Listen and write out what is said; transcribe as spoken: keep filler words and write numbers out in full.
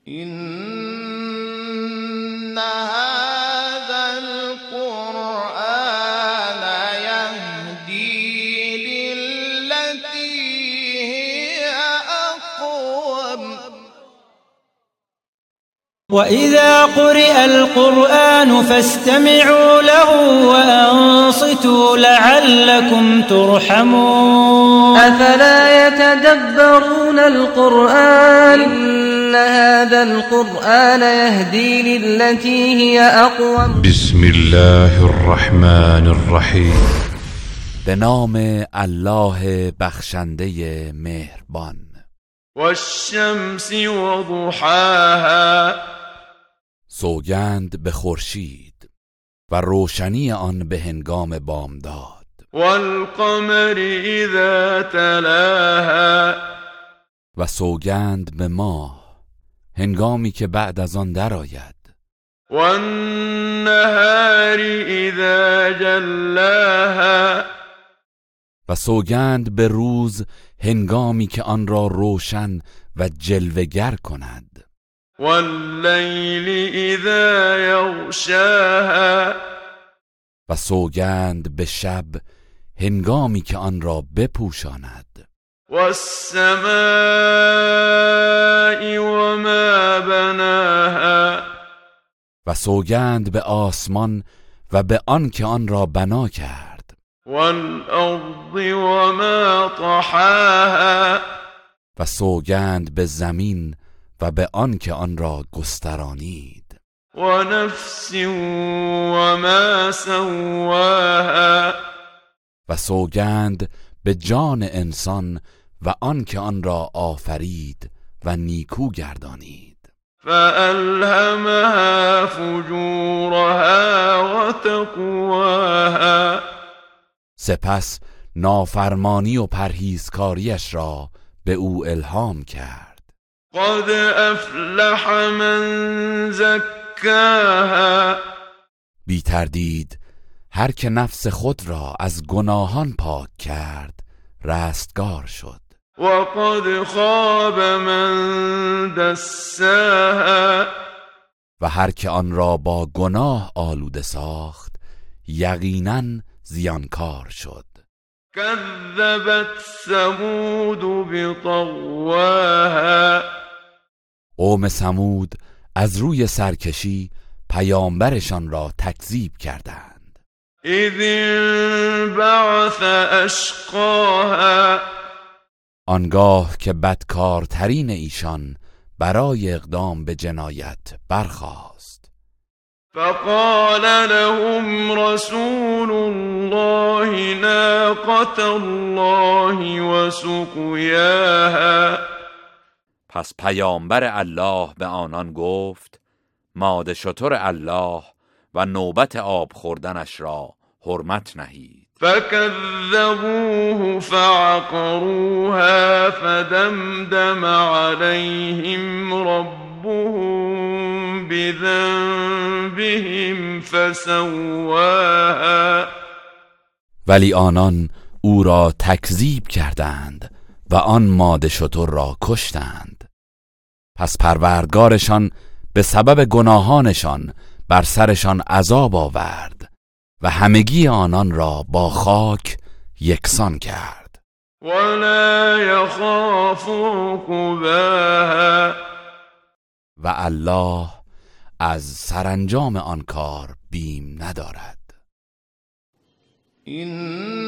إن هذا القرآن يهدي للتي هي أقوم وإذا قرئ القرآن فاستمعوا له وأنصتوا لعلكم ترحمون أفلا يتدبرون القرآن إن هذا القرآن يهدي للتي هي أقوم بسم الله الرحمن الرحیم. به نام الله بخشنده مهربان. والشمس وضحاها سوگند به خورشید و روشنی آن به هنگام بامداد. والقمر اذا تلاها و سوگند به ماه هنگامی که بعد از آن درآید. والنهار اذا جلاها و سوگند به روز هنگامی که آن را روشن و جلوگر کند. واللیل اذا یغشاها و سوگند به شب هنگامی که آن را بپوشاند. والسماء وما بناها و سوگند به آسمان و به آن که آن را بنا کرد. والارض وما طحاها و سوگند به زمین و به آن که آن را گسترانید. ونفس وما سواها و سوگند به جان انسان و آن که آن را آفرید و نیکو گردانید. فألهمها فجورها وتقواها سپس نافرمانی و پرهیزکاریش را به او الهام کرد. قد افلح من زکاها بی تردید هر که نفس خود را از گناهان پاک کرد رستگار شد. وقد خاب من دساها و هر که آن را با گناه آلوده ساخت یقینا زیانکار شد. كذبت ثمود بطغواها قوم ثمود از روی سرکشی پیامبرشان را تکذیب کردند. اذ انبعث اشقاها آنگاه که بدکارترین ایشان برای اقدام به جنایت برخاست. فقال لهم رسول الله ناقة الله وسقياها پس پیامبر الله به آنان گفت ماده شتر الله و نوبت آب خوردنش را حرمت نهید. فكذبوه فعقروها فدمدم عليهم ربهم بذنبهم فسواها ولی آنان او را تکذیب کردند و آن ماده شتر را کشتند. پس پروردگارشان به سبب گناهانشان بر سرشان عذاب آورد و همگی آنان را با خاک یکسان کرد. ولا يخاف عقباها و الله از سرانجام آن کار بیم ندارد. این